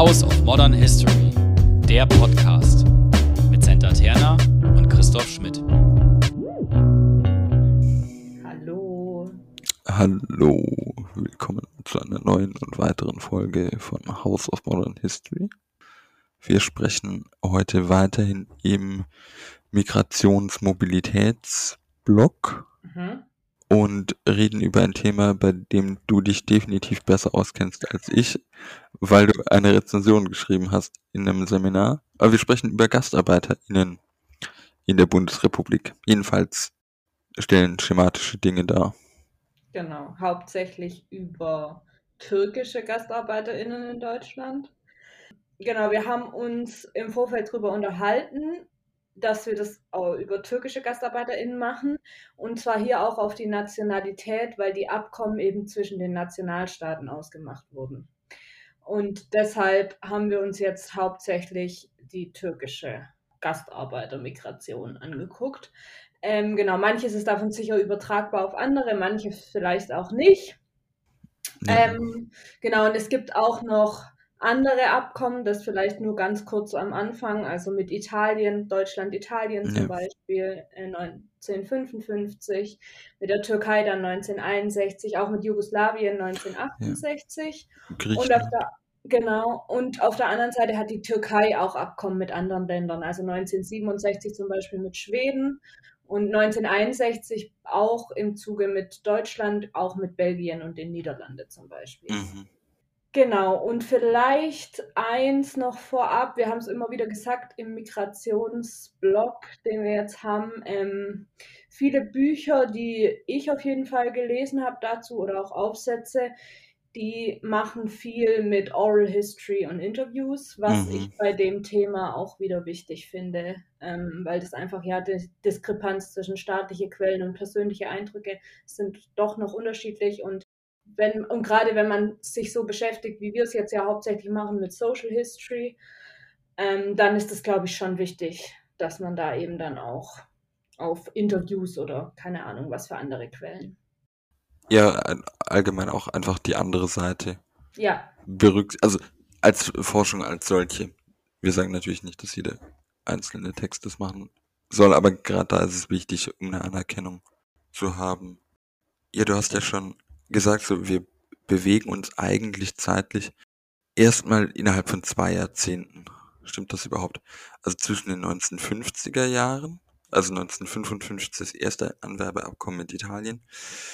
House of Modern History, der Podcast mit Senta Terna und Christoph Schmidt. Hallo. Hallo, willkommen zu einer neuen und weiteren Folge von House of Modern History. Wir sprechen heute weiterhin im Migrations-Mobilitäts-Blog und reden über ein Thema, bei dem du dich definitiv besser auskennst als ich, weil du eine Rezension geschrieben hast in einem Seminar. Aber wir sprechen über GastarbeiterInnen in der Bundesrepublik. Jedenfalls stellen schematische Dinge dar. Genau, hauptsächlich über türkische GastarbeiterInnen in Deutschland. Genau, wir haben uns im Vorfeld darüber unterhalten, dass wir das auch über türkische GastarbeiterInnen machen, und zwar hier auch auf die Nationalität, weil die Abkommen eben zwischen den Nationalstaaten ausgemacht wurden. Und deshalb haben wir uns jetzt hauptsächlich die türkische Gastarbeitermigration angeguckt. Genau, manches ist davon sicher übertragbar auf andere, manche vielleicht auch nicht. Ja. Genau, und es gibt auch noch andere Abkommen, das vielleicht nur ganz kurz am Anfang, also mit Italien, Deutschland-Italien zum Ja. Beispiel 1955, mit der Türkei dann 1961, auch mit Jugoslawien 1968. Und Griechenland. auf der anderen Seite hat die Türkei auch Abkommen mit anderen Ländern, also 1967 zum Beispiel mit Schweden und 1961 auch im Zuge mit Deutschland, auch mit Belgien und den Niederlanden zum Beispiel. Genau, und vielleicht eins noch vorab, wir haben es immer wieder gesagt im Migrationsblog, den wir jetzt haben, viele Bücher, die ich auf jeden Fall gelesen habe dazu oder auch Aufsätze, die machen viel mit Oral History und Interviews, was ich bei dem Thema auch wieder wichtig finde, weil das einfach ja die Diskrepanz zwischen staatliche Quellen und persönliche Eindrücke sind doch noch unterschiedlich, und gerade wenn man sich so beschäftigt, wie wir es jetzt ja hauptsächlich machen mit Social History, dann ist es, glaube ich, schon wichtig, dass man da eben dann auch auf Interviews oder keine Ahnung, was für andere Quellen. Ja, allgemein auch einfach die andere Seite Ja, also als Forschung als solche. Wir sagen natürlich nicht, dass jeder einzelne Text das machen soll, aber gerade da ist es wichtig, um eine Anerkennung zu haben. Ja, du hast ja schon gesagt, so wir bewegen uns eigentlich zeitlich erstmal innerhalb von 2 Jahrzehnten. Stimmt das überhaupt? Also zwischen den 1950er Jahren, also 1955 das erste Anwerbeabkommen mit Italien,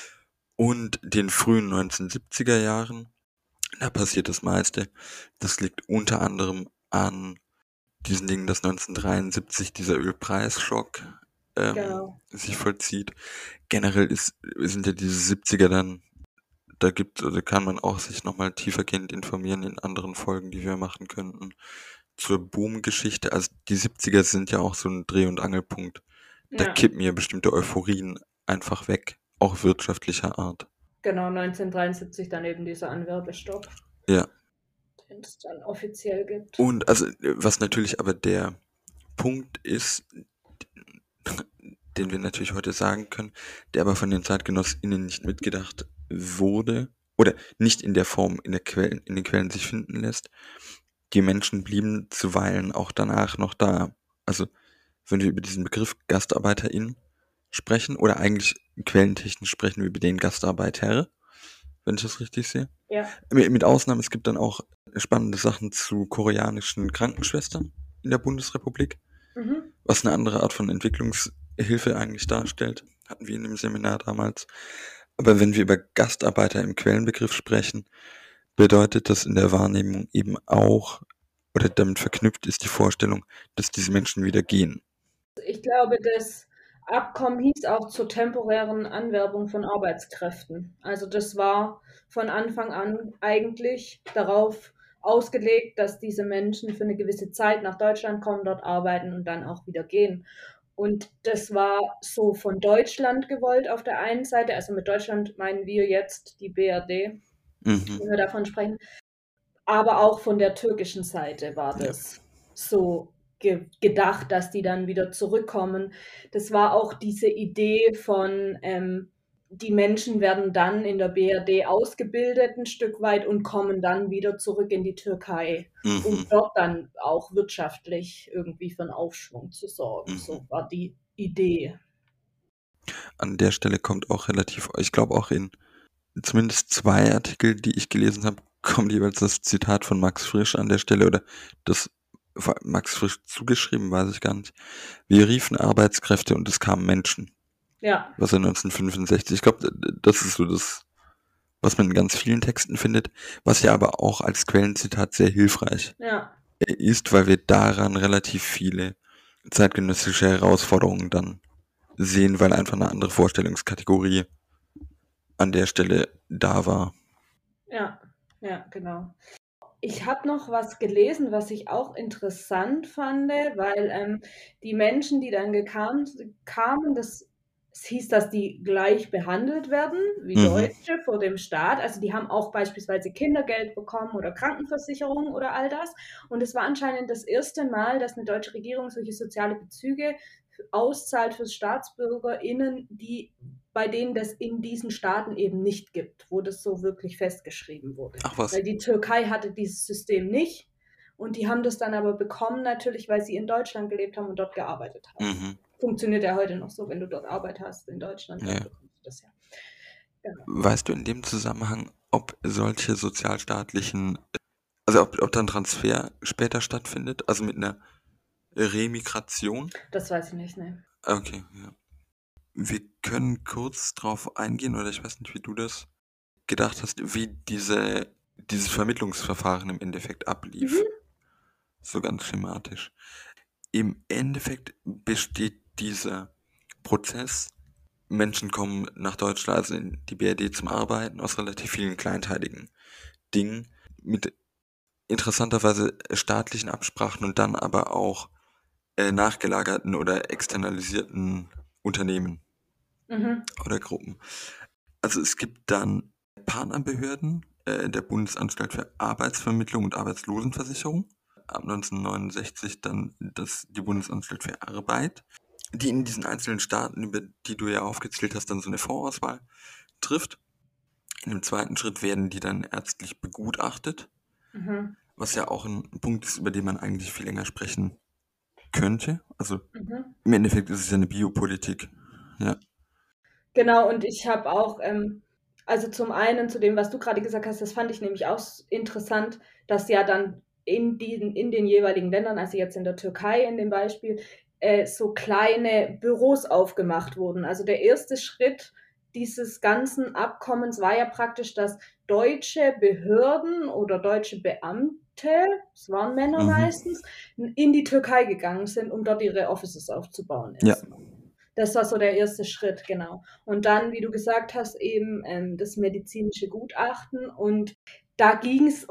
und den frühen 1970er Jahren, da passiert das meiste. Das liegt unter anderem an diesen Dingen, dass 1973 dieser Ölpreisschock genau. sich vollzieht. Generell sind ja diese 70er dann, da kann man auch sich nochmal tiefergehend informieren in anderen Folgen, die wir machen könnten, zur Boom-Geschichte. Also die 70er sind ja auch so ein Dreh- und Angelpunkt. Da Ja, kippen ja bestimmte Euphorien einfach weg, auch wirtschaftlicher Art. genau, 1973 dann eben dieser Anwerbestopp, Ja. den es dann offiziell gibt. Und also, was natürlich aber der Punkt ist, den wir natürlich heute sagen können, der aber von den ZeitgenossInnen nicht mitgedacht wurde oder nicht in der Form in den Quellen sich finden lässt. Die Menschen blieben zuweilen auch danach noch da. Also, wenn wir über diesen Begriff GastarbeiterInnen sprechen, oder eigentlich quellentechnisch sprechen wir über den Gastarbeiter, wenn ich das richtig sehe. Ja, Mit Ausnahme, es gibt dann auch spannende Sachen zu koreanischen Krankenschwestern in der Bundesrepublik, was eine andere Art von Entwicklungshilfe eigentlich darstellt. Hatten wir in dem Seminar damals. Aber wenn wir über Gastarbeiter im Quellenbegriff sprechen, bedeutet das in der Wahrnehmung eben auch, oder damit verknüpft ist die Vorstellung, dass diese Menschen wieder gehen. ich glaube, das Abkommen hieß auch zur temporären Anwerbung von Arbeitskräften. Also das war von Anfang an eigentlich darauf ausgelegt, dass diese Menschen für eine gewisse Zeit nach Deutschland kommen, dort arbeiten und dann auch wieder gehen. Und das war so von Deutschland gewollt auf der einen Seite, also mit Deutschland meinen wir jetzt die BRD, wenn wir davon sprechen, aber auch von der türkischen Seite war das so gedacht, dass die dann wieder zurückkommen. Das war auch diese Idee von die Menschen werden dann in der BRD ausgebildet ein Stück weit und kommen dann wieder zurück in die Türkei, um dort dann auch wirtschaftlich irgendwie für einen Aufschwung zu sorgen. So war die Idee. An der Stelle kommt auch relativ, ich glaube auch in zumindest 2 Artikel, die ich gelesen habe, kommt jeweils das Zitat von Max Frisch an der Stelle oder das Max Frisch zugeschrieben, weiß ich gar nicht. Wir riefen Arbeitskräfte und es kamen Menschen. Ja, Was er 1965, ich glaube, das ist so das, was man in ganz vielen Texten findet, was ja aber auch als Quellenzitat sehr hilfreich ja, ist, weil wir daran relativ viele zeitgenössische Herausforderungen dann sehen, weil einfach eine andere Vorstellungskategorie an der Stelle da war. ja, ja, genau. Ich habe noch was gelesen, was ich auch interessant fand, weil die Menschen, die dann kamen, es hieß, dass die gleich behandelt werden wie Deutsche vor dem Staat. Also die haben auch beispielsweise Kindergeld bekommen oder Krankenversicherung oder all das. Und es war anscheinend das erste Mal, dass eine deutsche Regierung solche soziale Bezüge auszahlt für StaatsbürgerInnen, bei denen das in diesen Staaten eben nicht gibt, wo das so wirklich festgeschrieben wurde. Ach was. Weil die Türkei hatte dieses System nicht und die haben das dann aber bekommen natürlich, weil sie in Deutschland gelebt haben und dort gearbeitet haben. Funktioniert ja heute noch so, wenn du dort Arbeit hast in Deutschland, dann bekommst du das ja. Genau. Weißt du in dem Zusammenhang, ob solche sozialstaatlichen, also ob dann Transfer später stattfindet, also mit einer Remigration? Das weiß ich nicht, ne. Okay, ja. Wir können kurz drauf eingehen, oder ich weiß nicht, wie du das gedacht hast, wie dieses Vermittlungsverfahren im Endeffekt ablief. So ganz schematisch. Im Endeffekt besteht dieser Prozess, Menschen kommen nach Deutschland, also in die BRD zum Arbeiten, aus relativ vielen kleinteiligen Dingen, mit interessanterweise staatlichen Absprachen und dann aber auch nachgelagerten oder externalisierten Unternehmen oder Gruppen. Also es gibt dann Partnerbehörden der Bundesanstalt für Arbeitsvermittlung und Arbeitslosenversicherung, ab 1969 dann die Bundesanstalt für Arbeit, die in diesen einzelnen Staaten, über die du ja aufgezählt hast, dann so eine Vorauswahl trifft. In dem zweiten Schritt werden die dann ärztlich begutachtet, was ja auch ein Punkt ist, über den man eigentlich viel länger sprechen könnte. Also im Endeffekt ist es ja eine Biopolitik. Ja. Genau, und ich habe auch, also zum einen zu dem, was du gerade gesagt hast, das fand ich nämlich auch interessant, dass ja dann in den jeweiligen Ländern, also jetzt in der Türkei in dem Beispiel, so kleine Büros aufgemacht wurden. Also der erste Schritt dieses ganzen Abkommens war ja praktisch, dass deutsche Behörden oder deutsche Beamte, es waren Männer meistens, in die Türkei gegangen sind, um dort ihre Offices aufzubauen. Ja. Das war so der erste Schritt, genau. Und dann, wie du gesagt hast, eben das medizinische Gutachten. Und da ging es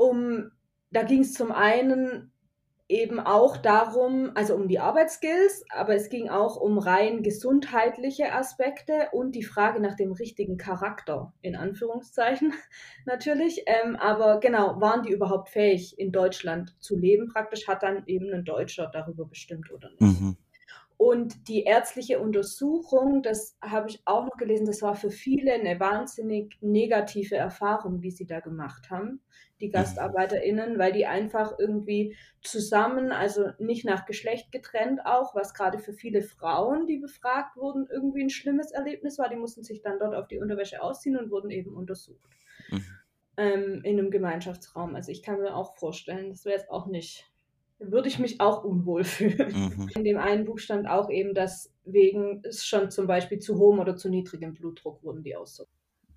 zum einen eben auch darum, also um die Arbeitsskills, aber es ging auch um rein gesundheitliche Aspekte und die Frage nach dem richtigen Charakter, in Anführungszeichen natürlich. Aber genau, waren die überhaupt fähig, in Deutschland zu leben? Praktisch hat dann eben ein Deutscher darüber bestimmt oder nicht. Und die ärztliche Untersuchung, das habe ich auch noch gelesen, das war für viele eine wahnsinnig negative Erfahrung, wie sie da gemacht haben, die GastarbeiterInnen, weil die einfach irgendwie zusammen, also nicht nach Geschlecht getrennt auch, was gerade für viele Frauen, die befragt wurden, irgendwie ein schlimmes Erlebnis war. Die mussten sich dann dort auf die Unterwäsche ausziehen und wurden eben untersucht. In einem Gemeinschaftsraum. Also ich kann mir auch vorstellen, das wäre jetzt auch nicht, würde ich mich auch unwohl fühlen. In dem einen Buch stand auch eben, dass wegen es schon zum Beispiel zu hohem oder zu niedrigem Blutdruck wurden die aussortiert.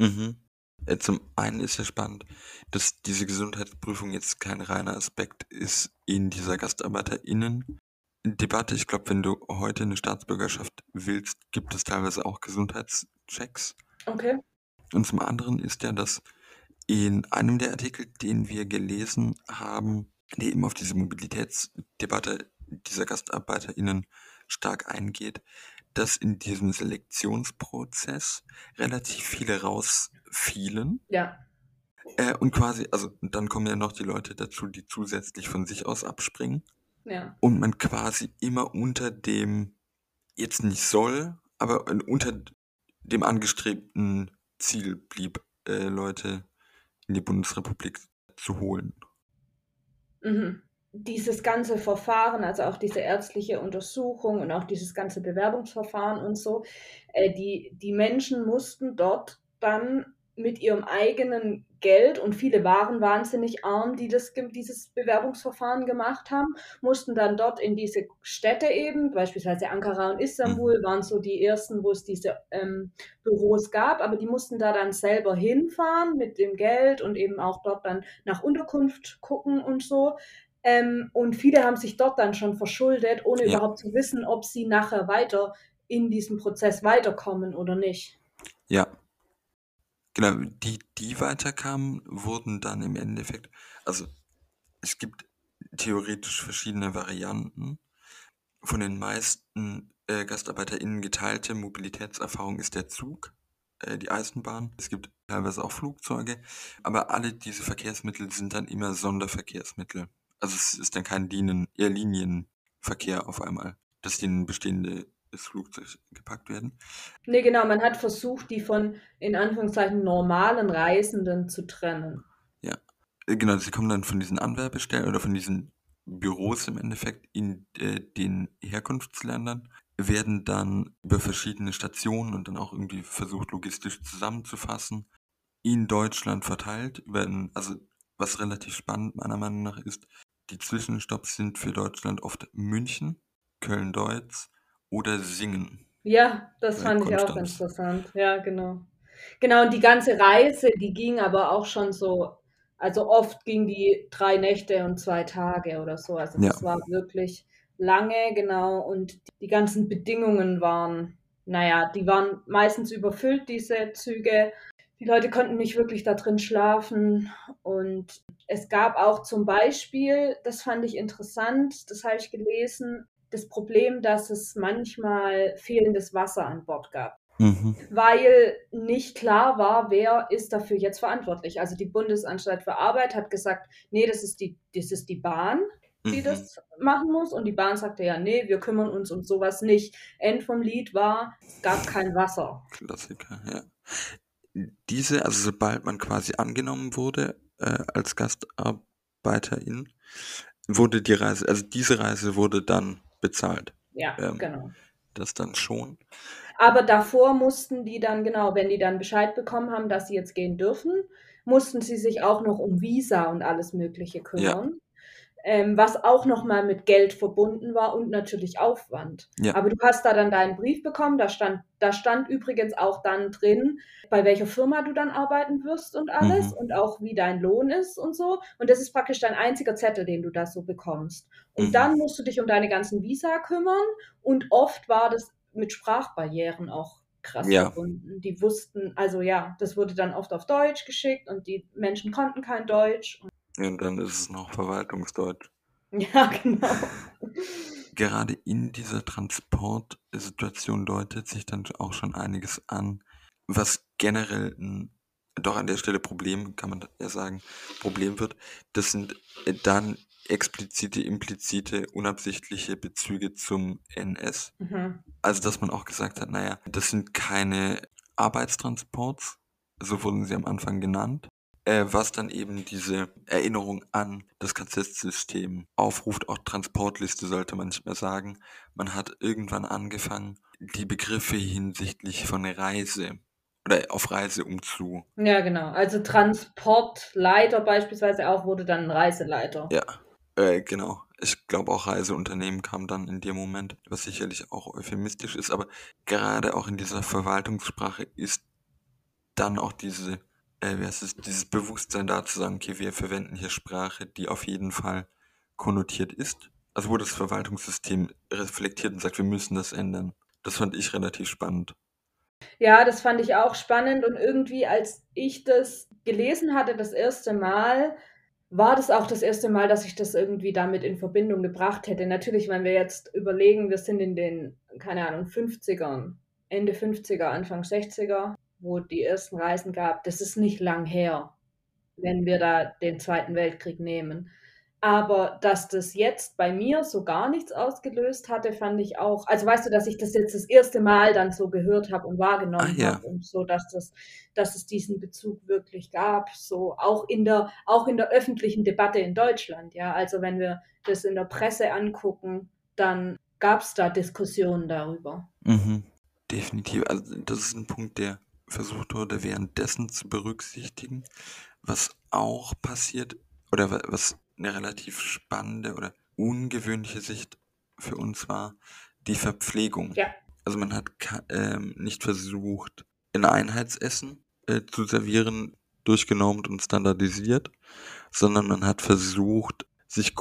Zum einen ist ja spannend, dass diese Gesundheitsprüfung jetzt kein reiner Aspekt ist in dieser GastarbeiterInnen-Debatte. Ich glaube, wenn du heute eine Staatsbürgerschaft willst, gibt es teilweise auch Gesundheitschecks. Okay. Und zum anderen ist ja, dass in einem der Artikel, den wir gelesen haben, der eben auf diese Mobilitätsdebatte dieser GastarbeiterInnen stark eingeht, dass in diesem Selektionsprozess relativ viele rausfielen. Ja. Und quasi, also dann kommen ja noch die Leute dazu, die zusätzlich von sich aus abspringen. Ja. Und man quasi immer unter dem, jetzt nicht soll, aber unter dem angestrebten Ziel blieb, Leute in die Bundesrepublik zu holen. Mhm. Dieses ganze Verfahren, also auch diese ärztliche Untersuchung und auch dieses ganze Bewerbungsverfahren und so, die Menschen mussten dort dann mit ihrem eigenen Geld, und viele waren wahnsinnig arm, die dieses Bewerbungsverfahren gemacht haben, mussten dann dort in diese Städte eben, beispielsweise Ankara und Istanbul waren so die ersten, wo es diese Büros gab, aber die mussten da dann selber hinfahren mit dem Geld und eben auch dort dann nach Unterkunft gucken und so. Und viele haben sich dort dann schon verschuldet, ohne Ja. überhaupt zu wissen, ob sie nachher weiter in diesem Prozess weiterkommen oder nicht. Ja. Genau, die weiterkamen, wurden dann im Endeffekt, also es gibt theoretisch verschiedene Varianten. Von den meisten GastarbeiterInnen geteilte Mobilitätserfahrung ist der Zug, die Eisenbahn. Es gibt teilweise auch Flugzeuge, aber alle diese Verkehrsmittel sind dann immer Sonderverkehrsmittel. Also es ist dann kein Linienverkehr auf einmal, dass die in ein bestehendes Flugzeug gepackt werden. Nee, genau, man hat versucht, die von, in Anführungszeichen, normalen Reisenden zu trennen. Ja, genau, sie kommen dann von diesen Anwerbestellen oder von diesen Büros im Endeffekt in den Herkunftsländern, werden dann über verschiedene Stationen und dann auch irgendwie versucht, logistisch zusammenzufassen, in Deutschland verteilt werden. Also was relativ spannend meiner Meinung nach ist, die Zwischenstopps sind für Deutschland oft München, Köln-Deutz oder Singen Ja, das bei fand ich auch Konstanz. interessant. Ja, genau. Genau, und die ganze Reise, die ging aber auch schon so, also oft ging die 3 Nächte und 2 Tage oder so. Also Ja, das war wirklich lange, genau. Und die ganzen Bedingungen waren, naja, die waren meistens überfüllt, diese Züge. Die Leute konnten nicht wirklich da drin schlafen. Und es gab auch zum Beispiel, das fand ich interessant, das habe ich gelesen, das Problem, dass es manchmal fehlendes Wasser an Bord gab, weil nicht klar war, wer ist dafür jetzt verantwortlich. Also die Bundesanstalt für Arbeit hat gesagt, nee, das ist die Bahn, die das machen muss. Und die Bahn sagte, ja, nee, wir kümmern uns um sowas nicht. End vom Lied war, es gab kein Wasser. Klassiker, ja. Also sobald man quasi angenommen wurde als Gastarbeiterin, wurde diese Reise wurde dann bezahlt. Ja, genau. Das dann schon. Aber davor mussten die dann, genau, wenn die dann Bescheid bekommen haben, dass sie jetzt gehen dürfen, mussten sie sich auch noch um Visa und alles Mögliche kümmern. Was auch nochmal mit Geld verbunden war und natürlich Aufwand. Ja. Aber du hast da dann deinen Brief bekommen, da stand übrigens auch dann drin, bei welcher Firma du dann arbeiten wirst und alles und auch wie dein Lohn ist und so. Und das ist praktisch dein einziger Zettel, den du da so bekommst. Und dann musst du dich um deine ganzen Visa kümmern und oft war das mit Sprachbarrieren auch krass Ja. verbunden. Die wussten, also ja, das wurde dann oft auf Deutsch geschickt und die Menschen konnten kein Deutsch. Und dann ist es noch Verwaltungsdeutsch. Ja, genau. Gerade in dieser Transportsituation deutet sich dann auch schon einiges an, was generell doch an der Stelle Problem, kann man ja sagen, Problem wird. Das sind dann explizite, implizite, unabsichtliche Bezüge zum NS. Also, dass man auch gesagt hat, naja, das sind keine Arbeitstransports, so wurden sie am Anfang genannt, was dann eben diese Erinnerung an das KZ-System aufruft. Auch Transportliste sollte man nicht mehr sagen. Man hat irgendwann angefangen, die Begriffe hinsichtlich von Reise oder auf Reise Ja, genau. Also Transportleiter beispielsweise auch wurde dann ein Reiseleiter. Ja, genau. Ich glaube auch Reiseunternehmen kam dann in dem Moment, was sicherlich auch euphemistisch ist, aber gerade auch in dieser Verwaltungssprache ist dann auch dieses Bewusstsein da zu sagen, okay, wir verwenden hier Sprache, die auf jeden Fall konnotiert ist. Also wo das Verwaltungssystem reflektiert und sagt, wir müssen das ändern. Das fand ich relativ spannend. Ja, das fand ich auch spannend und irgendwie, als ich das gelesen hatte das erste Mal, war das auch das erste Mal, dass ich das irgendwie damit in Verbindung gebracht hätte. Natürlich, wenn wir jetzt überlegen, wir sind in den, keine Ahnung, 50ern, Ende 50er, Anfang 60er, wo die ersten Reisen gab. Das ist nicht lang her, wenn wir da den Zweiten Weltkrieg nehmen. Aber dass das jetzt bei mir so gar nichts ausgelöst hatte, fand ich auch, also weißt du, dass ich das jetzt das erste Mal dann so gehört habe und wahrgenommen ja. habe und so, dass es diesen Bezug wirklich gab, so auch in der öffentlichen Debatte in Deutschland, ja. Also wenn wir das in der Presse angucken, dann gab es da Diskussionen darüber. Definitiv. Also das ist ein Punkt, der versucht wurde, währenddessen zu berücksichtigen. Was auch passiert, oder was eine relativ spannende oder ungewöhnliche Sicht für uns war, die Verpflegung. Ja. Also man hat nicht versucht, ein Einheitsessen zu servieren, durchgenormt und standardisiert, sondern man hat versucht, sich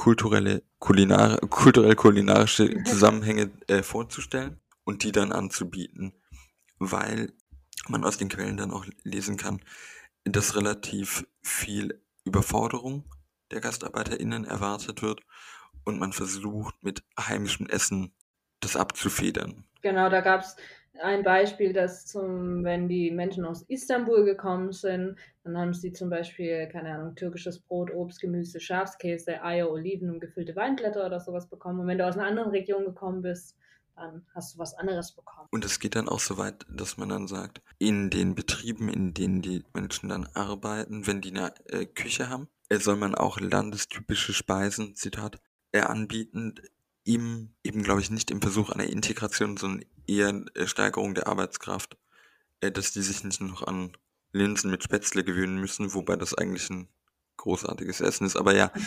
kulturell-kulinarische Zusammenhänge vorzustellen und die dann anzubieten, weil man aus den Quellen dann auch lesen kann, dass relativ viel Überforderung der GastarbeiterInnen erwartet wird und man versucht mit heimischem Essen das abzufedern. Genau, da gab es ein Beispiel, dass wenn die Menschen aus Istanbul gekommen sind, dann haben sie zum Beispiel, keine Ahnung, türkisches Brot, Obst, Gemüse, Schafskäse, Eier, Oliven und gefüllte Weinblätter oder sowas bekommen. Und wenn du aus einer anderen Region gekommen bist, dann hast du was anderes bekommen. Und es geht dann auch so weit, dass man dann sagt, in den Betrieben, in denen die Menschen dann arbeiten, wenn die eine Küche haben, soll man auch landestypische Speisen, Zitat, anbieten, eben, glaube ich, nicht im Versuch einer Integration, sondern eher Steigerung der Arbeitskraft, dass die sich nicht noch an Linsen mit Spätzle gewöhnen müssen, wobei das eigentlich ein großartiges Essen ist, aber ja.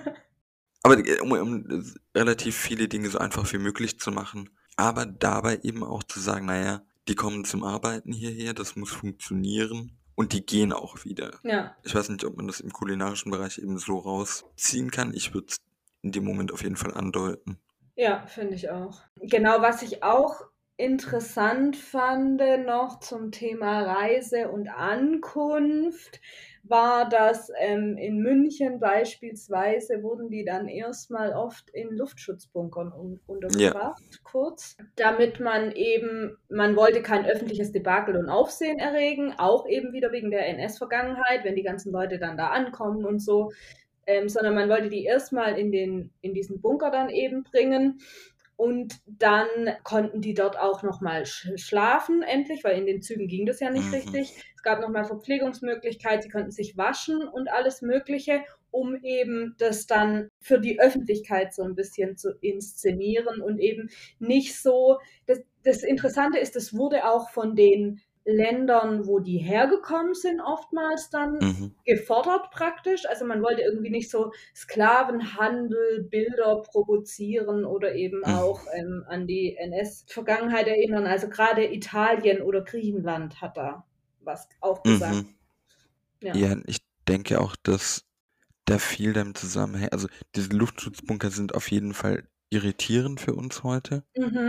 Aber um relativ viele Dinge so einfach wie möglich zu machen, aber dabei eben auch zu sagen, naja, die kommen zum Arbeiten hierher, das muss funktionieren und die gehen auch wieder. Ja. Ich weiß nicht, ob man das im kulinarischen Bereich eben so rausziehen kann. Ich würde es in dem Moment auf jeden Fall andeuten. Ja, finde ich auch. Genau, was ich auch interessant fand noch zum Thema Reise und Ankunft, war, dass in München beispielsweise wurden die dann erstmal oft in Luftschutzbunkern untergebracht, kurz, damit man wollte kein öffentliches Debakel und Aufsehen erregen, auch eben wieder wegen der NS-Vergangenheit, wenn die ganzen Leute dann da ankommen und so. Sondern man wollte die erstmal in diesen Bunker dann eben bringen und dann konnten die dort auch nochmal schlafen endlich, weil in den Zügen ging das ja nicht richtig. Es gab nochmal Verpflegungsmöglichkeit, sie konnten sich waschen und alles Mögliche, um eben das dann für die Öffentlichkeit so ein bisschen zu inszenieren und eben nicht so, das Interessante ist, das wurde auch von den Ländern, wo die hergekommen sind, oftmals dann gefordert praktisch. Also man wollte irgendwie nicht so Sklavenhandel, Bilder provozieren oder eben auch an die NS-Vergangenheit erinnern. Also gerade Italien oder Griechenland hat da was auch gesagt. Ja, ich denke auch, dass da viel damit zusammenhängt. Also diese Luftschutzbunker sind auf jeden Fall irritierend für uns heute.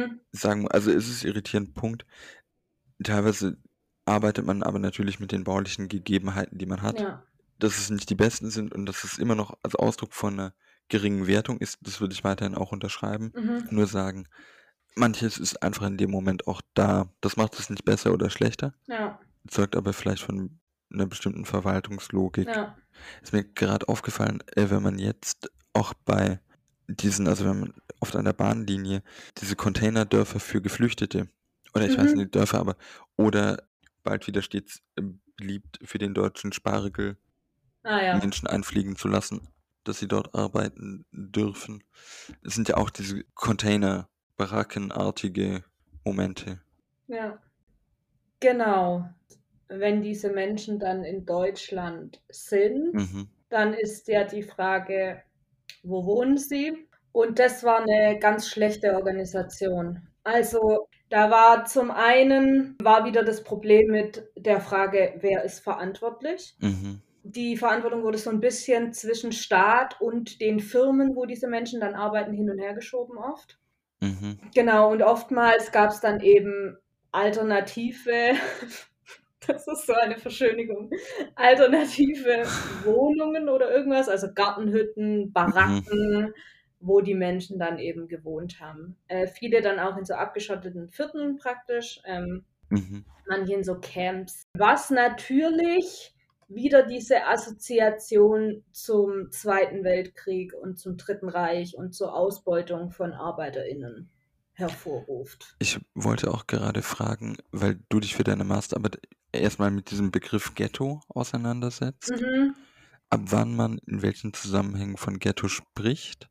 Also ist es irritierend, Punkt. Teilweise arbeitet man aber natürlich mit den baulichen Gegebenheiten, die man hat. Ja. Dass es nicht die besten sind und dass es immer noch als Ausdruck von einer geringen Wertung ist, das würde ich weiterhin auch unterschreiben. Nur sagen, manches ist einfach in dem Moment auch da. Das macht es nicht besser oder schlechter. Ja. Zeugt aber vielleicht von einer bestimmten Verwaltungslogik. Ja. Ist mir gerade aufgefallen, wenn man jetzt auch bei diesen, also wenn man auf einer Bahnlinie diese Containerdörfer für Geflüchtete, oder ich weiß nicht, Dörfer, aber, oder bald wieder stets beliebt für den deutschen Spargel Menschen einfliegen zu lassen, dass sie dort arbeiten dürfen. Es sind ja auch diese Container-Barackenartige Momente. Ja, genau. Wenn diese Menschen dann in Deutschland sind, dann ist ja die Frage, wo wohnen sie? Und das war eine ganz schlechte Organisation. Also da war zum einen wieder das Problem mit der Frage, wer ist verantwortlich? Die Verantwortung wurde so ein bisschen zwischen Staat und den Firmen, wo diese Menschen dann arbeiten, hin und her geschoben oft. Genau, und oftmals gab es dann eben alternative, das ist so eine Verschönigung, alternative Wohnungen oder irgendwas, also Gartenhütten, Baracken, wo die Menschen dann eben gewohnt haben. Viele dann auch in so abgeschotteten Vierteln praktisch, manche in so Camps. Was natürlich wieder diese Assoziation zum Zweiten Weltkrieg und zum Dritten Reich und zur Ausbeutung von ArbeiterInnen hervorruft. Ich wollte auch gerade fragen, weil du dich für deine Masterarbeit erstmal mit diesem Begriff Ghetto auseinandersetzt, ab wann man in welchen Zusammenhängen von Ghetto spricht.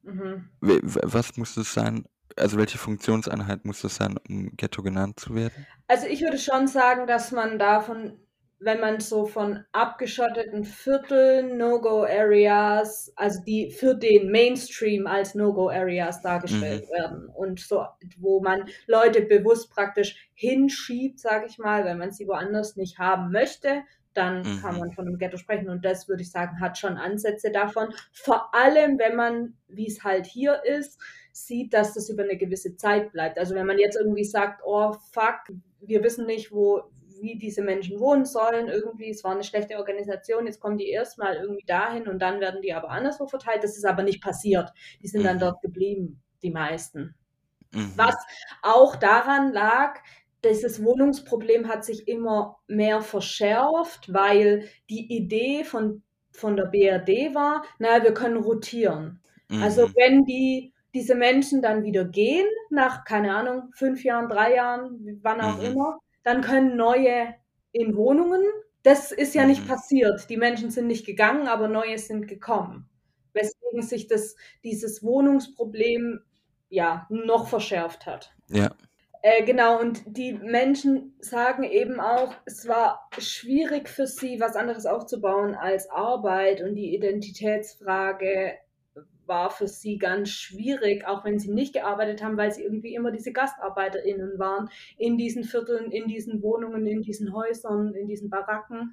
Was muss es sein, also welche Funktionseinheit muss das sein, um Ghetto genannt zu werden? Also ich würde schon sagen, dass man davon, wenn man so von abgeschotteten Vierteln, No-Go-Areas, also die für den Mainstream als No-Go-Areas dargestellt werden und so, wo man Leute bewusst praktisch hinschiebt, sage ich mal, wenn man sie woanders nicht haben möchte, dann kann man von einem Ghetto sprechen und das, würde ich sagen, hat schon Ansätze davon. Vor allem, wenn man, wie es halt hier ist, sieht, dass das über eine gewisse Zeit bleibt. Also wenn man jetzt irgendwie sagt, oh fuck, wir wissen nicht, wie diese Menschen wohnen sollen, irgendwie, es war eine schlechte Organisation, jetzt kommen die erstmal irgendwie dahin und dann werden die aber anderswo verteilt. Das ist aber nicht passiert. Die sind dann dort geblieben, die meisten. Was auch daran lag, dieses Wohnungsproblem hat sich immer mehr verschärft, weil die Idee von der BRD war, naja, wir können rotieren. Also wenn diese Menschen dann wieder gehen, nach, keine Ahnung, 5 Jahren, 3 Jahren, wann auch immer, dann können neue in Wohnungen. Das ist ja nicht passiert. Die Menschen sind nicht gegangen, aber neue sind gekommen. Weswegen sich dieses Wohnungsproblem ja noch verschärft hat. Ja. Genau, und die Menschen sagen eben auch, es war schwierig für sie, was anderes aufzubauen als Arbeit und die Identitätsfrage war für sie ganz schwierig, auch wenn sie nicht gearbeitet haben, weil sie irgendwie immer diese GastarbeiterInnen waren, in diesen Vierteln, in diesen Wohnungen, in diesen Häusern, in diesen Baracken.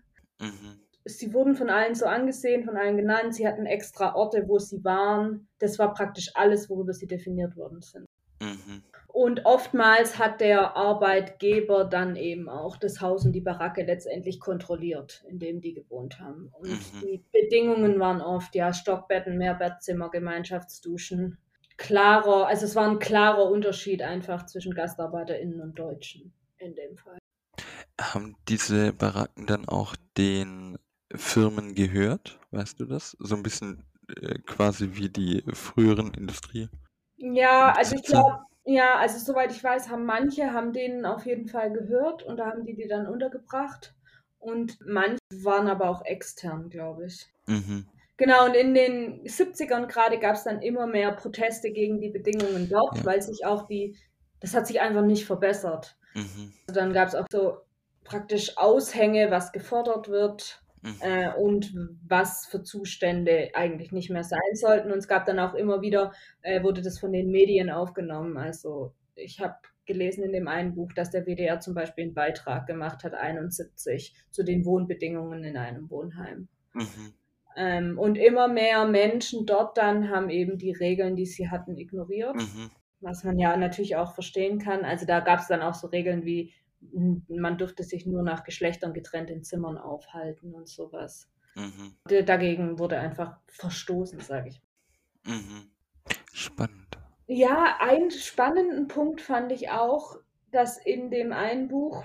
Sie wurden von allen so angesehen, von allen genannt, sie hatten extra Orte, wo sie waren. Das war praktisch alles, worüber sie definiert worden sind. Und oftmals hat der Arbeitgeber dann eben auch das Haus und die Baracke letztendlich kontrolliert, in dem die gewohnt haben. Und die Bedingungen waren oft, ja, Stockbetten, Mehrbettzimmer, Gemeinschaftsduschen. Also es war ein klarer Unterschied einfach zwischen GastarbeiterInnen und Deutschen in dem Fall. Haben diese Baracken dann auch den Firmen gehört? Weißt du das? So ein bisschen quasi wie die früheren Industrie. Ja, also ich glaube, ja, also soweit ich weiß, haben denen auf jeden Fall gehört und da haben die dann untergebracht und manche waren aber auch extern, glaube ich. Genau, und in den 70ern gerade gab es dann immer mehr Proteste gegen die Bedingungen dort, weil sich auch das hat sich einfach nicht verbessert. Also dann gab es auch so praktisch Aushänge, was gefordert wird. Und was für Zustände eigentlich nicht mehr sein sollten. Und es gab dann auch immer wieder, wurde das von den Medien aufgenommen. Also ich habe gelesen in dem einen Buch, dass der WDR zum Beispiel einen Beitrag gemacht hat, 71, zu den Wohnbedingungen in einem Wohnheim. Und immer mehr Menschen dort dann haben eben die Regeln, die sie hatten, ignoriert. Was man ja natürlich auch verstehen kann. Also da gab es dann auch so Regeln wie, man durfte sich nur nach Geschlechtern getrennt in Zimmern aufhalten und sowas. Dagegen wurde einfach verstoßen, sage ich. Spannend. Ja, einen spannenden Punkt fand ich auch, dass in dem einen Buch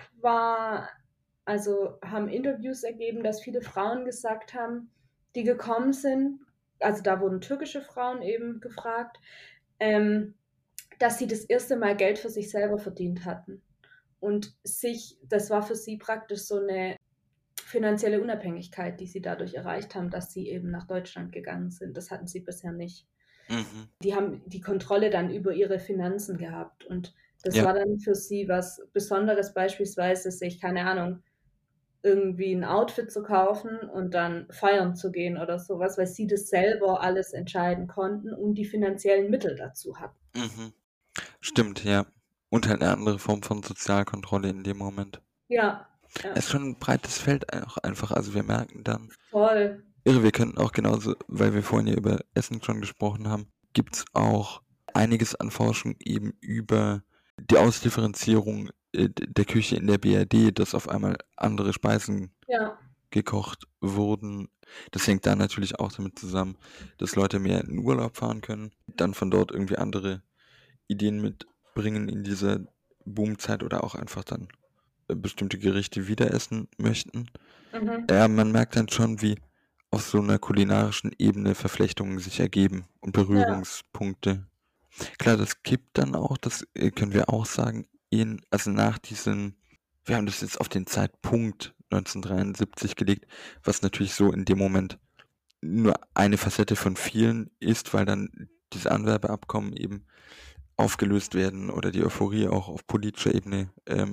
haben Interviews ergeben, dass viele Frauen gesagt haben, die gekommen sind, also da wurden türkische Frauen eben gefragt, dass sie das erste Mal Geld für sich selber verdient hatten. Und das war für sie praktisch so eine finanzielle Unabhängigkeit, die sie dadurch erreicht haben, dass sie eben nach Deutschland gegangen sind. Das hatten sie bisher nicht. Die haben die Kontrolle dann über ihre Finanzen gehabt. Und das war dann für sie was Besonderes, beispielsweise sich, keine Ahnung, irgendwie ein Outfit zu kaufen und dann feiern zu gehen oder sowas, weil sie das selber alles entscheiden konnten und die finanziellen Mittel dazu hatten. Stimmt, ja. Und halt eine andere Form von Sozialkontrolle in dem Moment. Ja. Es ist schon ein breites Feld auch einfach. Also wir merken dann. Voll. Irre, wir könnten auch genauso, weil wir vorhin ja über Essen schon gesprochen haben, gibt es auch einiges an Forschung eben über die Ausdifferenzierung der Küche in der BRD, dass auf einmal andere Speisen gekocht wurden. Das hängt da natürlich auch damit zusammen, dass Leute mehr in den Urlaub fahren können, dann von dort irgendwie andere Ideen mitbringen in diese Boomzeit oder auch einfach dann bestimmte Gerichte wieder essen möchten. Mhm. Ja, man merkt dann schon, wie auf so einer kulinarischen Ebene Verflechtungen sich ergeben und Ja. Berührungspunkte. Klar, das kippt dann auch, das können wir auch sagen, also nach diesem, wir haben das jetzt auf den Zeitpunkt 1973 gelegt, was natürlich so in dem Moment nur eine Facette von vielen ist, weil dann diese Anwerbeabkommen eben aufgelöst werden oder die Euphorie auch auf politischer Ebene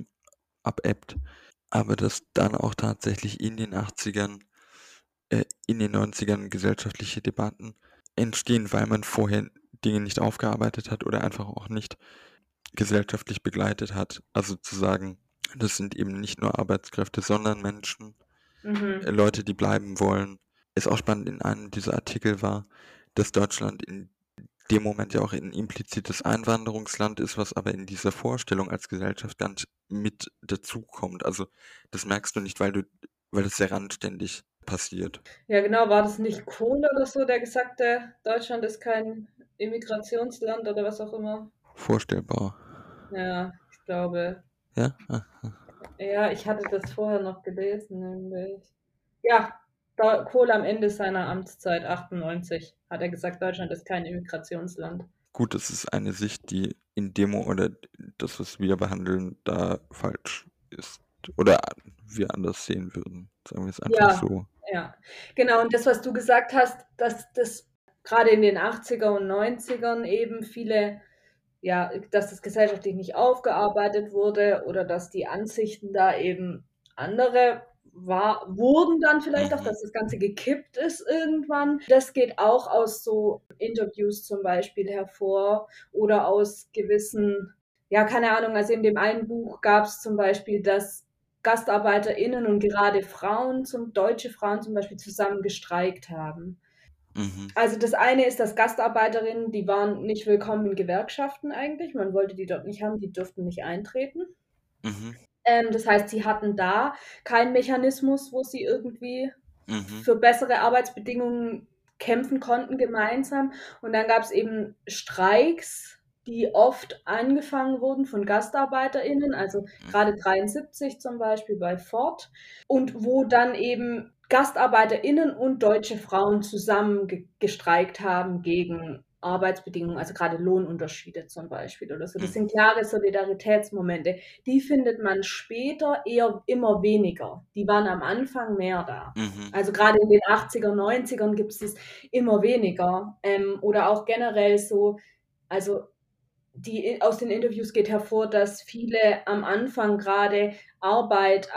abebbt. Aber dass dann auch tatsächlich in den 80ern, in den 90ern gesellschaftliche Debatten entstehen, weil man vorher Dinge nicht aufgearbeitet hat oder einfach auch nicht gesellschaftlich begleitet hat. Also zu sagen, das sind eben nicht nur Arbeitskräfte, sondern Menschen, Mhm. Leute, die bleiben wollen. Ist auch spannend, in einem dieser Artikel war, dass Deutschland in dem Moment ja auch ein implizites Einwanderungsland ist, was aber in dieser Vorstellung als Gesellschaft gar nicht mit dazukommt. Also das merkst du nicht, weil das sehr randständig passiert. Ja, genau, war das nicht Kohl oder so, der gesagt hat, Deutschland ist kein Immigrationsland oder was auch immer? Vorstellbar. Ja, ich glaube. Ja? Ja, ich hatte das vorher noch gelesen, nämlich. Ja, Kohl am Ende seiner Amtszeit, 98, hat er gesagt, Deutschland ist kein Immigrationsland. Gut, das ist eine Sicht, die in Demo oder das, was wir behandeln, da falsch ist. Oder wir anders sehen würden. Sagen wir es einfach Ja, so. ja. Genau, und das, was du gesagt hast, dass das gerade in den 80er und 90ern eben viele, ja, dass das gesellschaftlich nicht aufgearbeitet wurde oder dass die Ansichten da eben andere wurden dann vielleicht auch, Mhm. dass das Ganze gekippt ist irgendwann. Das geht auch aus so Interviews zum Beispiel hervor oder aus gewissen, ja, keine Ahnung, also in dem einen Buch gab es zum Beispiel, dass GastarbeiterInnen und gerade deutsche Frauen zum Beispiel zusammen gestreikt haben. Mhm. Also das eine ist, dass Gastarbeiterinnen, die waren nicht willkommen in Gewerkschaften eigentlich. Man wollte die dort nicht haben, die durften nicht eintreten. Mhm. Das heißt, sie hatten da keinen Mechanismus, wo sie irgendwie Mhm. für bessere Arbeitsbedingungen kämpfen konnten gemeinsam. Und dann gab es eben Streiks, die oft angefangen wurden von GastarbeiterInnen, also gerade 73 zum Beispiel bei Ford, und wo dann eben GastarbeiterInnen und deutsche Frauen zusammen gestreikt haben gegen Arbeitsbedingungen, also gerade Lohnunterschiede zum Beispiel oder so. Das sind klare Solidaritätsmomente. Die findet man später eher immer weniger. Die waren am Anfang mehr da. Mhm. Also gerade in den 80er, 90ern gibt es immer weniger. Oder auch generell so, also aus den Interviews geht hervor, dass viele am Anfang gerade Arbeit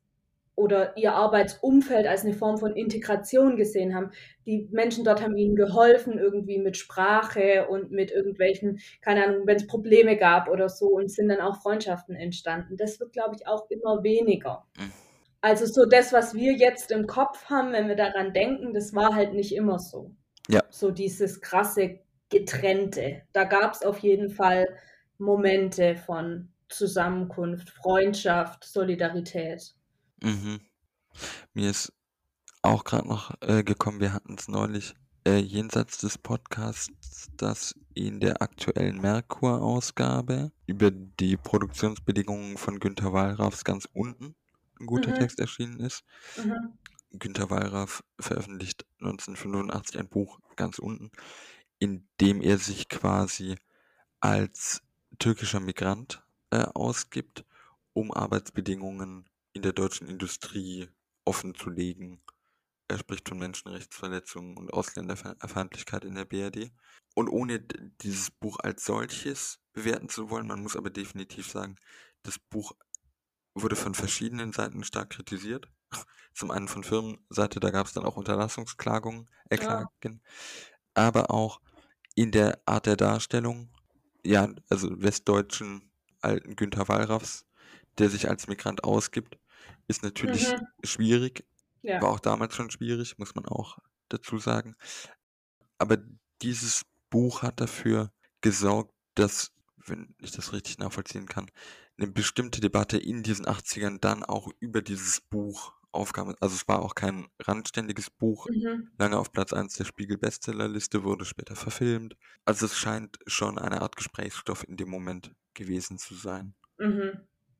oder ihr Arbeitsumfeld als eine Form von Integration gesehen haben. Die Menschen dort haben ihnen geholfen, irgendwie mit Sprache und mit irgendwelchen, keine Ahnung, wenn es Probleme gab oder so, und sind dann auch Freundschaften entstanden. Das wird, glaube ich, auch immer weniger. Also so das, was wir jetzt im Kopf haben, wenn wir daran denken, das war halt nicht immer so. Ja. So dieses krasse Getrennte. Da gab es auf jeden Fall Momente von Zusammenkunft, Freundschaft, Solidarität. Mhm. Mir ist auch gerade noch gekommen, wir hatten es neulich jenseits des Podcasts, dass in der aktuellen Merkur-Ausgabe über die Produktionsbedingungen von Günter Wallraffs ganz unten ein guter Text erschienen ist. Mhm. Günter Wallraff veröffentlicht 1985 ein Buch ganz unten, in dem er sich quasi als türkischer Migrant ausgibt, um Arbeitsbedingungen in der deutschen Industrie offenzulegen. Er spricht von Menschenrechtsverletzungen und Ausländerfeindlichkeit in der BRD. Und ohne dieses Buch als solches bewerten zu wollen, man muss aber definitiv sagen, das Buch wurde von verschiedenen Seiten stark kritisiert. Zum einen von Firmenseite, da gab es dann auch Unterlassungsklagungen, Klagen, aber auch in der Art der Darstellung, ja, also westdeutschen alten Günter Wallraffs, der sich als Migrant ausgibt, ist natürlich schwierig. Ja. War auch damals schon schwierig, muss man auch dazu sagen. Aber dieses Buch hat dafür gesorgt, dass, wenn ich das richtig nachvollziehen kann, eine bestimmte Debatte in diesen 80ern dann auch über dieses Buch aufkam. Also es war auch kein randständiges Buch, lange auf Platz 1 der Spiegel-Bestsellerliste, wurde später verfilmt. Also es scheint schon eine Art Gesprächsstoff in dem Moment gewesen zu sein. Mhm.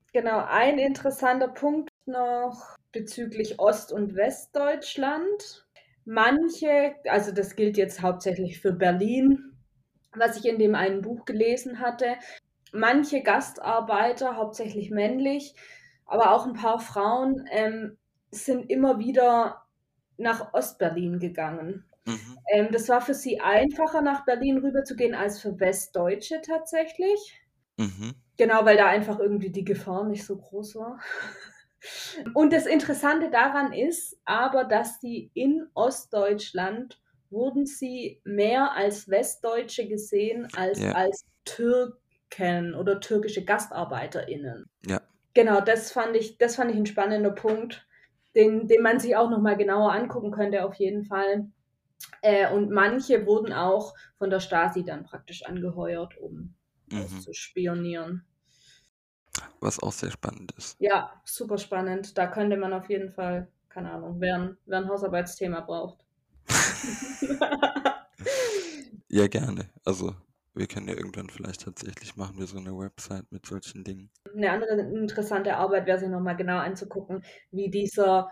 Genau, ein interessanter Punkt noch bezüglich Ost- und Westdeutschland. Manche, also das gilt jetzt hauptsächlich für Berlin, was ich in dem einen Buch gelesen hatte, manche Gastarbeiter, hauptsächlich männlich, aber auch ein paar Frauen, sind immer wieder nach Ostberlin gegangen. Mhm. Das war für sie einfacher, nach Berlin rüberzugehen, als für Westdeutsche tatsächlich. Mhm. Genau, weil da einfach irgendwie die Gefahr nicht so groß war. Und das Interessante daran ist aber, dass sie in Ostdeutschland wurden sie mehr als Westdeutsche gesehen als Ja, als Türken oder türkische GastarbeiterInnen. ja, Genau, das fand ich 'n spannender Punkt, den man sich auch noch mal genauer angucken könnte auf jeden Fall. Und manche wurden auch von der Stasi dann praktisch angeheuert, um mhm. auszuspionieren. Was auch sehr spannend ist. Ja, super spannend. Da könnte man auf jeden Fall, keine Ahnung, wer 'n Hausarbeitsthema braucht. Ja, gerne. Also, wir können ja irgendwann vielleicht tatsächlich machen wir so eine Website mit solchen Dingen. 'Ne andere interessante Arbeit wäre sich noch mal genau anzugucken, wie dieser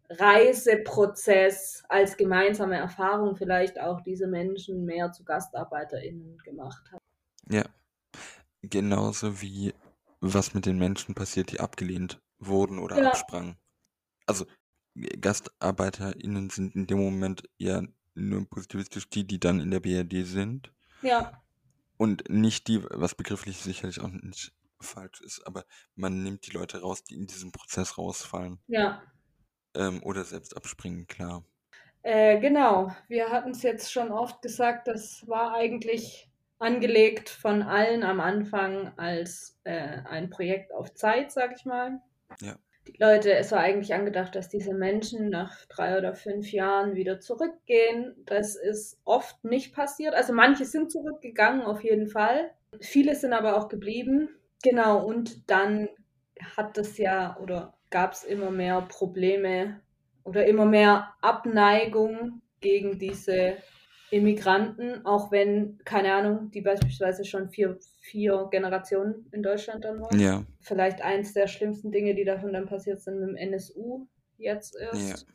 Reiseprozess als gemeinsame Erfahrung vielleicht auch diese Menschen mehr zu GastarbeiterInnen gemacht hat. Ja, genauso wie was mit den Menschen passiert, die abgelehnt wurden oder Ja, absprangen. Also, GastarbeiterInnen sind in dem Moment ja nur positivistisch die dann in der BRD sind ja, und nicht die, was begrifflich sicherlich auch nicht falsch ist, aber man nimmt die Leute raus, die in diesem Prozess rausfallen, ja. oder selbst abspringen, klar. Genau. Wir hatten's jetzt schon oft gesagt, das war eigentlich angelegt von allen am Anfang als, ein Projekt auf Zeit, sage ich mal. Ja, Die Leute, es war eigentlich angedacht, dass diese Menschen nach 3 oder 5 Jahren wieder zurückgehen. Das ist oft nicht passiert. Also, manche sind zurückgegangen, auf jeden Fall. Viele sind aber auch geblieben. Genau, und dann hat es ja oder gab's immer mehr Probleme oder immer mehr Abneigung gegen diese Immigranten, auch wenn, keine Ahnung, die beispielsweise schon vier Generationen in Deutschland dann waren. ja, Vielleicht eins der schlimmsten Dinge, die davon dann passiert sind mit dem NSU jetzt ja. erst,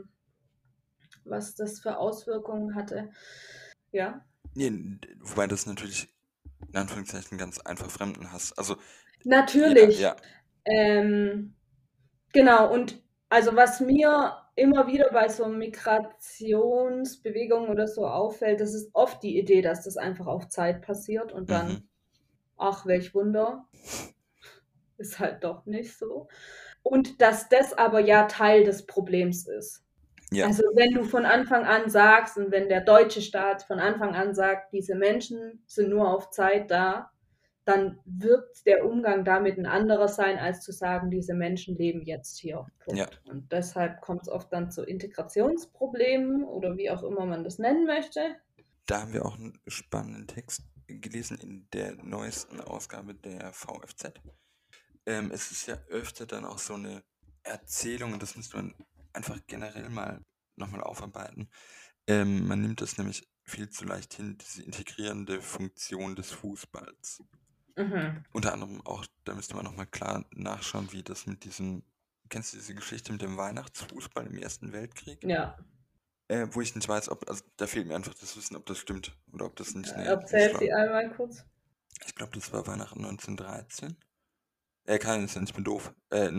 was das für Auswirkungen hatte. Ja. Ne, wobei das natürlich in Anführungszeichen ganz einfach Fremdenhass. Also, ja, Natürlich. ja, Ähm, genau, und also was mir immer wieder bei so Migrationsbewegungen oder so auffällt, das ist oft die Idee, dass das einfach auf Zeit passiert und mhm, dann, ach, welch Wunder, ist halt doch nicht so. Und dass das aber ja Teil des Problems ist. ja, Also, wenn du von Anfang an sagst und wenn der deutsche Staat von Anfang an sagt, diese Menschen sind nur auf Zeit da, dann wird der Umgang damit 'n anderer sein, als zu sagen, diese Menschen leben jetzt hier, ja. Punkt. Und deshalb kommt's oft dann zu Integrationsproblemen oder wie auch immer man das nennen möchte. Da haben wir auch einen spannenden Text gelesen in der neuesten Ausgabe der VFZ. Es ist ja öfter dann auch so eine Erzählung, und das müsste man einfach generell mal nochmal aufarbeiten. Man nimmt das nämlich viel zu leicht hin, diese integrierende Funktion des Fußballs. Mhm. Unter anderem auch, da müsste man nochmal klar nachschauen, wie das mit diesem, kennst du diese Geschichte mit dem Weihnachtsfußball im Ersten Weltkrieg? Ja. Wo ich nicht weiß, ob, also da fehlt mir einfach das Wissen, ob das stimmt oder ob das nicht eine Erzähl sie Schlau. einmal kurz. Ich glaube, das war Weihnachten 1913. Kann ich bin doof.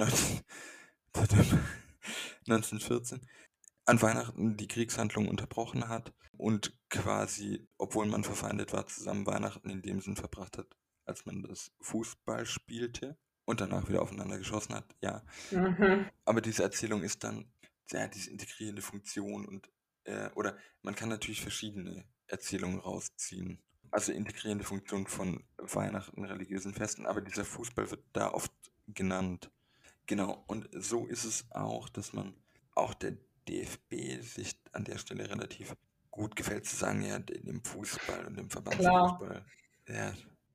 1914. An Weihnachten die Kriegshandlung unterbrochen hat und quasi, obwohl man verfeindet war, zusammen Weihnachten in dem Sinn verbracht hat, als man das Fußball spielte und danach wieder aufeinander geschossen hat, ja. Mhm. Aber diese Erzählung ist dann, ja, diese integrierende Funktion und, oder man kann natürlich verschiedene Erzählungen rausziehen. Also integrierende Funktion von Weihnachten, religiösen Festen, aber dieser Fußball wird da oft genannt. Genau, und so ist es auch, dass man auch der DFB sich an der Stelle relativ gut gefällt zu sagen, ja, dem Fußball und dem Klar. Verbandsfußball, ja,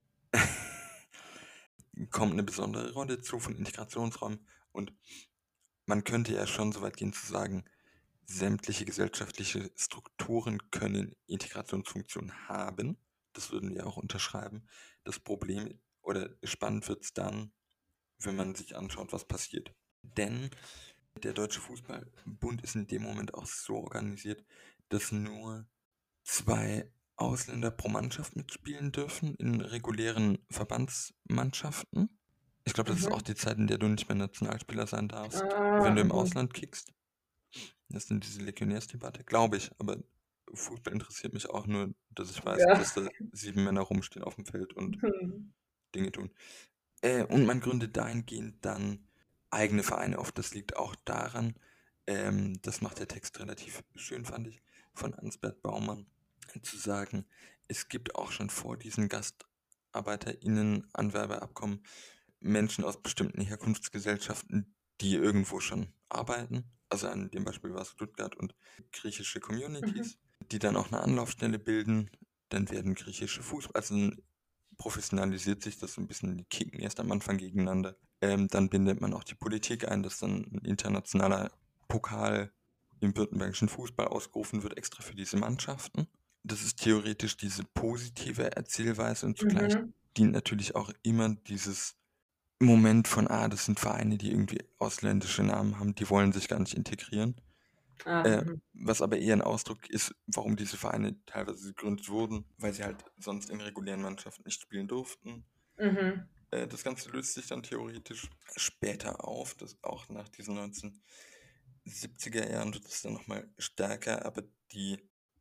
kommt eine besondere Rolle zu von Integrationsräumen, und man könnte ja schon so weit gehen zu sagen, sämtliche gesellschaftliche Strukturen können Integrationsfunktion haben. Das würden wir auch unterschreiben. Das Problem oder spannend wird es dann, wenn man sich anschaut, was passiert. Denn der Deutsche Fußballbund ist in dem Moment auch so organisiert, dass nur 2 Ausländer pro Mannschaft mitspielen dürfen in regulären Verbandsmannschaften. Ich glaube, das ist auch die Zeit, in der du nicht mehr Nationalspieler sein darfst, wenn du im Ausland kickst. Das ist diese Legionärsdebatte, glaube ich. Aber Fußball interessiert mich auch nur, dass ich weiß, dass da 7 Männer rumstehen auf dem Feld und Dinge tun. Und man gründet dahingehend dann eigene Vereine auf. Das liegt auch daran, das macht der Text relativ schön, fand ich, von Ansbert Baumann, zu sagen, es gibt auch schon vor diesen GastarbeiterInnen-Anwerbeabkommen Menschen aus bestimmten Herkunftsgesellschaften, die irgendwo schon arbeiten. Also an dem Beispiel war es Stuttgart und griechische Communities, die dann auch eine Anlaufstelle bilden. Dann werden griechische also professionalisiert sich das so ein bisschen, die kicken erst am Anfang gegeneinander. Dann bindet man auch die Politik ein, dass dann ein internationaler Pokal im württembergischen Fußball ausgerufen wird, extra für diese Mannschaften. Das ist theoretisch diese positive Erzählweise und zugleich dient natürlich auch immer dieses Moment von, das sind Vereine, die irgendwie ausländische Namen haben, die wollen sich gar nicht integrieren. Was aber eher ein Ausdruck ist, warum diese Vereine teilweise gegründet wurden, weil sie halt sonst in regulären Mannschaften nicht spielen durften. Das Ganze löst sich dann theoretisch später auf, das auch nach diesen 1970er Jahren wird es dann nochmal stärker, aber die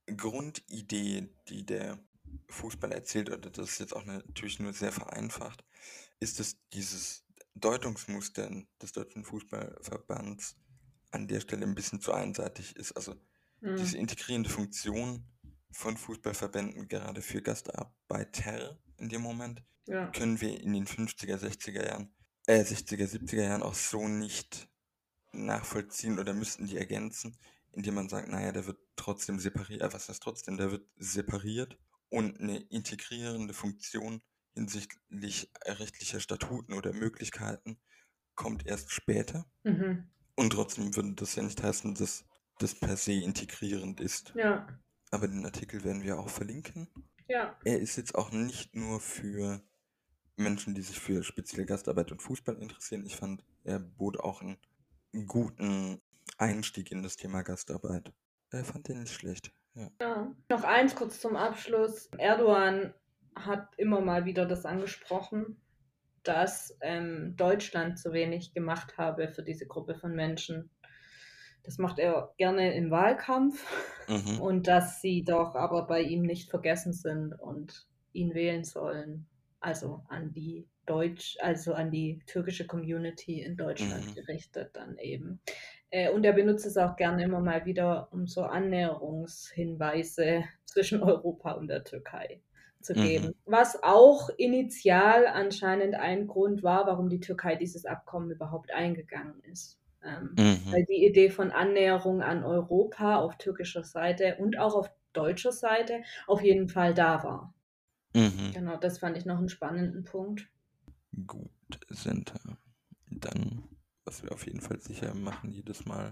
Grundidee, die der Fußball erzählt, oder das ist jetzt auch natürlich nur sehr vereinfacht, ist, dass dieses Deutungsmuster des Deutschen Fußballverbands an der Stelle ein bisschen zu einseitig ist. Also diese integrierende Funktion von Fußballverbänden, gerade für Gastarbeiter in dem Moment, können wir in den 50er, 60er Jahren, 60er, 70er Jahren auch so nicht nachvollziehen oder müssten die ergänzen, indem man sagt, naja, der wird trotzdem separiert, was heißt trotzdem, der wird separiert und eine integrierende Funktion hinsichtlich rechtlicher Statuten oder Möglichkeiten kommt erst später. Und trotzdem würde das ja nicht heißen, dass das per se integrierend ist. Aber den Artikel werden wir auch verlinken. Er ist jetzt auch nicht nur für Menschen, die sich für spezielle Gastarbeit und Fußball interessieren. Ich fand, er bot auch einen guten Einstieg in das Thema Gastarbeit. Fand den nicht schlecht. Noch eins kurz zum Abschluss. Erdogan hat immer mal wieder das angesprochen, dass Deutschland zu wenig gemacht habe für diese Gruppe von Menschen. Das macht er gerne im Wahlkampf und dass sie doch aber bei ihm nicht vergessen sind und ihn wählen sollen. Also an die türkische Community in Deutschland gerichtet dann eben. Und er benutzt es auch gerne immer mal wieder, um so Annäherungshinweise zwischen Europa und der Türkei zu geben. Was auch initial anscheinend ein Grund war, warum die Türkei dieses Abkommen überhaupt eingegangen ist. Weil die Idee von Annäherung an Europa auf türkischer Seite und auch auf deutscher Seite auf jeden Fall da war. Genau, das fand ich noch einen spannenden Punkt. Gut, Senta. Dann, was wir auf jeden Fall sicher machen jedes Mal,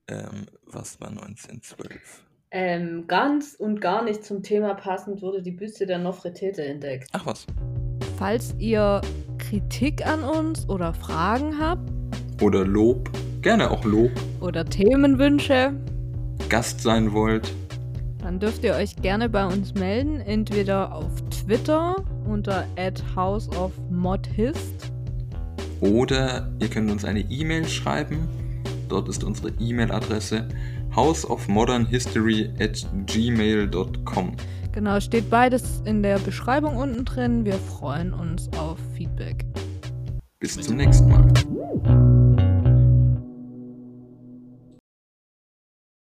was war 1912? Ganz und gar nicht zum Thema passend wurde die Büste der Nofretete entdeckt. Ach was. Falls ihr Kritik an uns oder Fragen habt. Oder Lob. Gerne auch Lob. Oder Themenwünsche. Gast sein wollt. Dann dürft ihr euch gerne bei uns melden. Entweder auf Twitter unter @houseofmodhist. Oder ihr könnt uns eine E-Mail schreiben. Dort ist unsere E-Mail-Adresse houseofmodernhistory@gmail.com. Genau, steht beides in der Beschreibung unten drin. Wir freuen uns auf Feedback. Bis zum nächsten Mal.